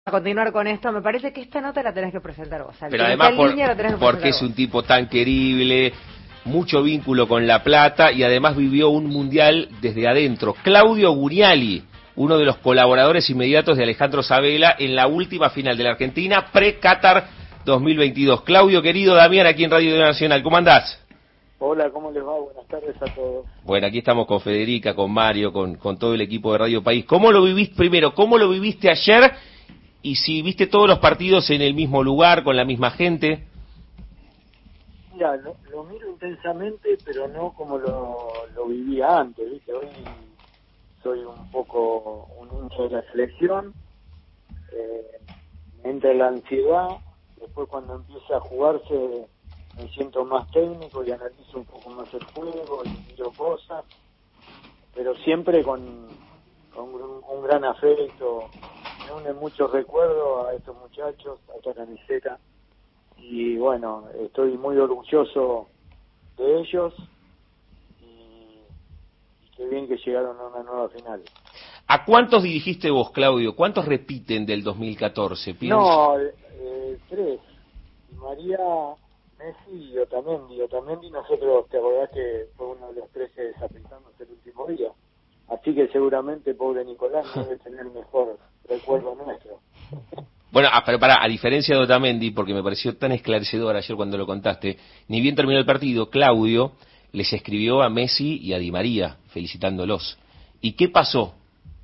A continuar con esto, me parece que esta nota la tenés que presentar vos. Pero además porque es un tipo tan querible, mucho vínculo con La Plata y además vivió un mundial desde adentro. Claudio Guniali, uno de los colaboradores inmediatos de Alejandro Sabela en la última final de la Argentina pre-Qatar 2022. Claudio, querido, Damián, aquí en Radio Nacional, ¿cómo andás? Hola, ¿cómo les va? Buenas tardes a todos. Bueno, aquí estamos con Federica, con Mario, con todo el equipo de Radio País. ¿Cómo lo viviste primero? ¿Cómo lo viviste ayer? Y si viste todos los partidos en el mismo lugar, con la misma gente. Mira, lo miro intensamente, pero no como lo vivía antes, ¿viste? Hoy soy un poco un hincha de la selección, me entra la ansiedad, después cuando empieza a jugarse me siento más técnico y analizo un poco más el juego y miro cosas, pero siempre con un gran afecto. Me une muchos recuerdos a estos muchachos, a esta camiseta, y bueno, estoy muy orgulloso de ellos y qué bien que llegaron a una nueva final. ¿A cuántos dirigiste vos, Claudio? ¿Cuántos repiten del 2014? No, 3. Y María, Messi y Otamendi, nosotros, te acordás que fue uno de los 3 que desapretamos el último día. Así que seguramente, pobre Nicolás, debe tener mejor recuerdo nuestro. Bueno, pero a diferencia de Otamendi, porque me pareció tan esclarecedor ayer cuando lo contaste, ni bien terminó el partido, Claudio les escribió a Messi y a Di María, felicitándolos. ¿Y qué pasó?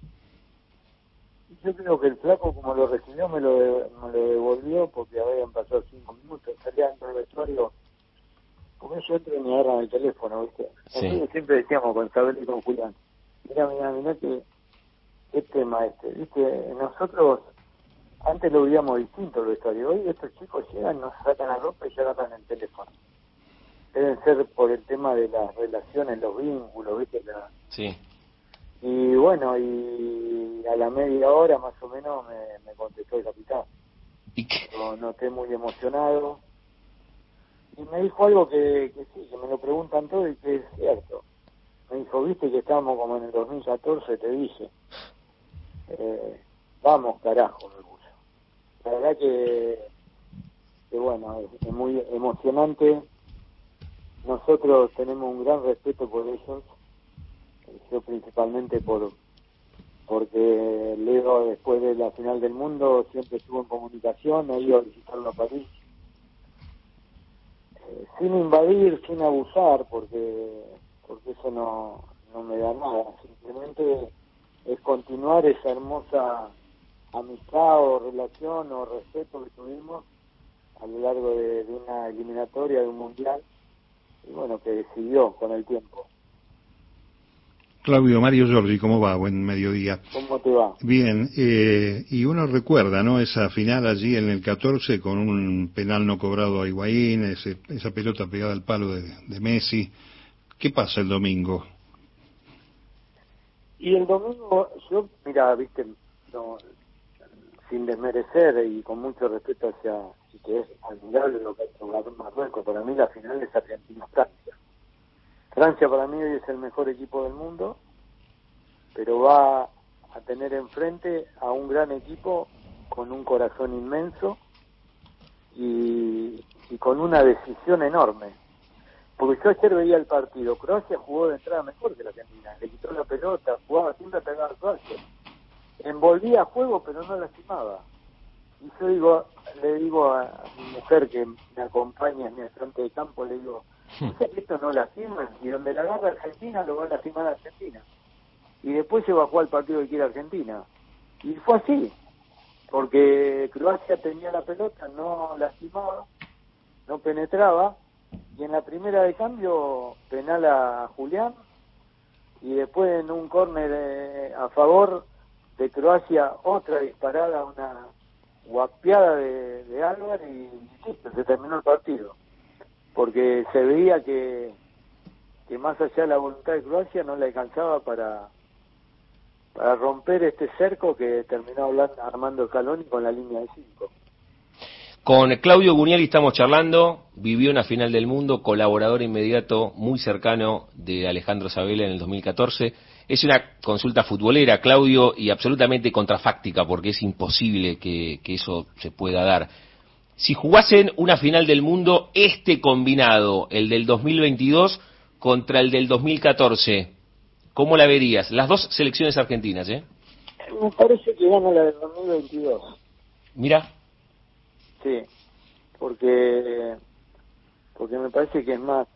Yo creo que el flaco, como lo recibió, me lo devolvió, porque habían pasado 5 minutos, salía dentro del vestuario, como yo entro y me agarran el teléfono, ¿viste? Sí. Nosotros siempre decíamos con Sabel y con Julián, mirá que qué tema ¿viste? Nosotros antes lo veíamos distinto el vestuario, hoy estos chicos llegan, nos sacan la ropa y ya agarran el teléfono. Deben ser por el tema de las relaciones, los vínculos, ¿viste? Sí. Y bueno, y a la media hora más o menos me contestó el capitán. ¿Y qué? Lo noté muy emocionado. Y me dijo algo que sí, que me lo preguntan todo y que es cierto. Me dijo, viste que estábamos como en el 2014, te dije. Vamos, carajo, me puso. La verdad que bueno, es muy emocionante. Nosotros tenemos un gran respeto por ellos. Yo principalmente porque Leo, después de la final del mundo, siempre estuvo en comunicación, he ido a visitarlo a París, sin invadir, sin abusar, porque eso no me da nada, simplemente es continuar esa hermosa amistad o relación o respeto que tuvimos a lo largo de una eliminatoria, de un mundial, y bueno, que siguió con el tiempo. Claudio, Mario Giorgi, ¿cómo va? Buen mediodía. ¿Cómo te va? Bien, y uno recuerda, ¿no?, esa final allí en el 14 con un penal no cobrado a Higuaín, esa pelota pegada al palo de Messi. ¿Qué pasa el domingo? Y el domingo, yo, mira, viste, no, sin desmerecer y con mucho respeto hacia, y que es admirable lo que ha hecho Marruecos, para mí la final es Argentina-Francia. Francia para mí hoy es el mejor equipo del mundo, pero va a tener enfrente a un gran equipo con un corazón inmenso y con una decisión enorme. Porque yo ayer veía el partido, Croacia jugó de entrada mejor que la Argentina, le quitó la pelota, jugaba siempre a pegar a Croacia, envolvía juego pero no lastimaba. Y yo le digo a mi mujer que me acompaña en mi frente de campo, le digo, o sea que esto no lastima, y donde la agarra Argentina lo va a lastimar a Argentina. Y después se va a jugar el partido que quiere Argentina. Y fue así, porque Croacia tenía la pelota, no lastimaba, no penetraba, y en la primera de cambio penal a Julián, y después en un córner a favor de Croacia otra disparada, una guapeada de Álvarez, y listo, se terminó el partido. Porque se veía que más allá de la voluntad de Croacia no le alcanzaba para romper este cerco que terminó armando Scaloni con la línea de 5. Con Claudio Guniali estamos charlando, vivió una final del mundo, colaborador inmediato, muy cercano de Alejandro Sabela en el 2014. Es una consulta futbolera, Claudio, y absolutamente contrafáctica, porque es imposible que eso se pueda dar. Si jugasen una final del mundo, combinado, el del 2022 contra el del 2014, ¿cómo la verías? Las dos selecciones argentinas, ¿eh? Me parece que gana la del 2022. Mira. Sí, porque me parece que es más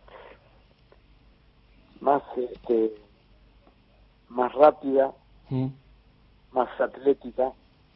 rápida, más atlética.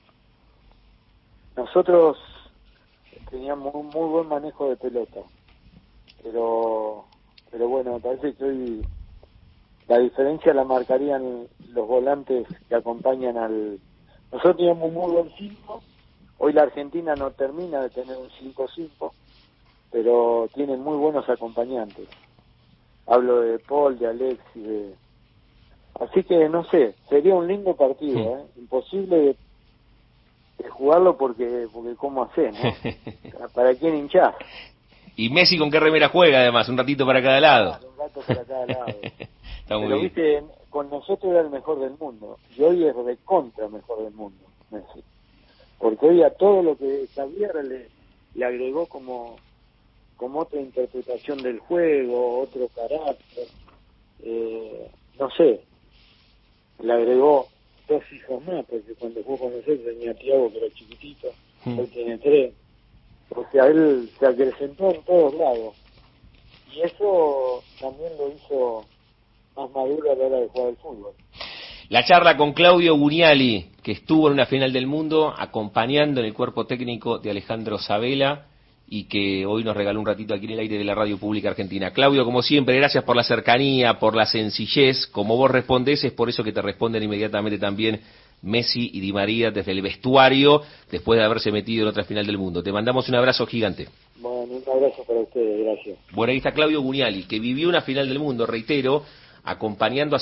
Nosotros teníamos un muy buen manejo de pelota, pero bueno, me parece que hoy la diferencia la marcarían los volantes que acompañan al... Nosotros teníamos un muy buen 5, hoy la Argentina no termina de tener un 5-5, pero tiene muy buenos acompañantes. Hablo de Paul, de Alexis, Así que no sé, sería un lindo partido, imposible de jugarlo porque ¿cómo hacer, no? ¿Para quién hinchás? Y Messi con qué remera juega además, un ratito para cada lado. Un rato para cada lado. Está muy Pero bien. viste, con nosotros era el mejor del mundo, y hoy es de contra mejor del mundo, Messi. Porque hoy a todo lo que sabía le agregó como otra interpretación del juego, otro carácter, no sé, le agregó 2 hijos más, porque cuando jugó con nosotros tenía a Thiago que era chiquitito, hoy tiene 3, o sea, él se acrecentó en todos lados, y eso también lo hizo más maduro a la hora de jugar al fútbol. La charla con Claudio Guniali, que estuvo en una final del mundo acompañando en el cuerpo técnico de Alejandro Sabela y que hoy nos regaló un ratito aquí en el aire de la Radio Pública Argentina. Claudio, como siempre, gracias por la cercanía, por la sencillez. Como vos respondés, es por eso que te responden inmediatamente también Messi y Di María desde el vestuario, después de haberse metido en otra final del mundo. Te mandamos un abrazo gigante. Bueno, un abrazo para ustedes, gracias. Bueno, ahí está Claudio Guniali, que vivió una final del mundo, reitero, acompañando a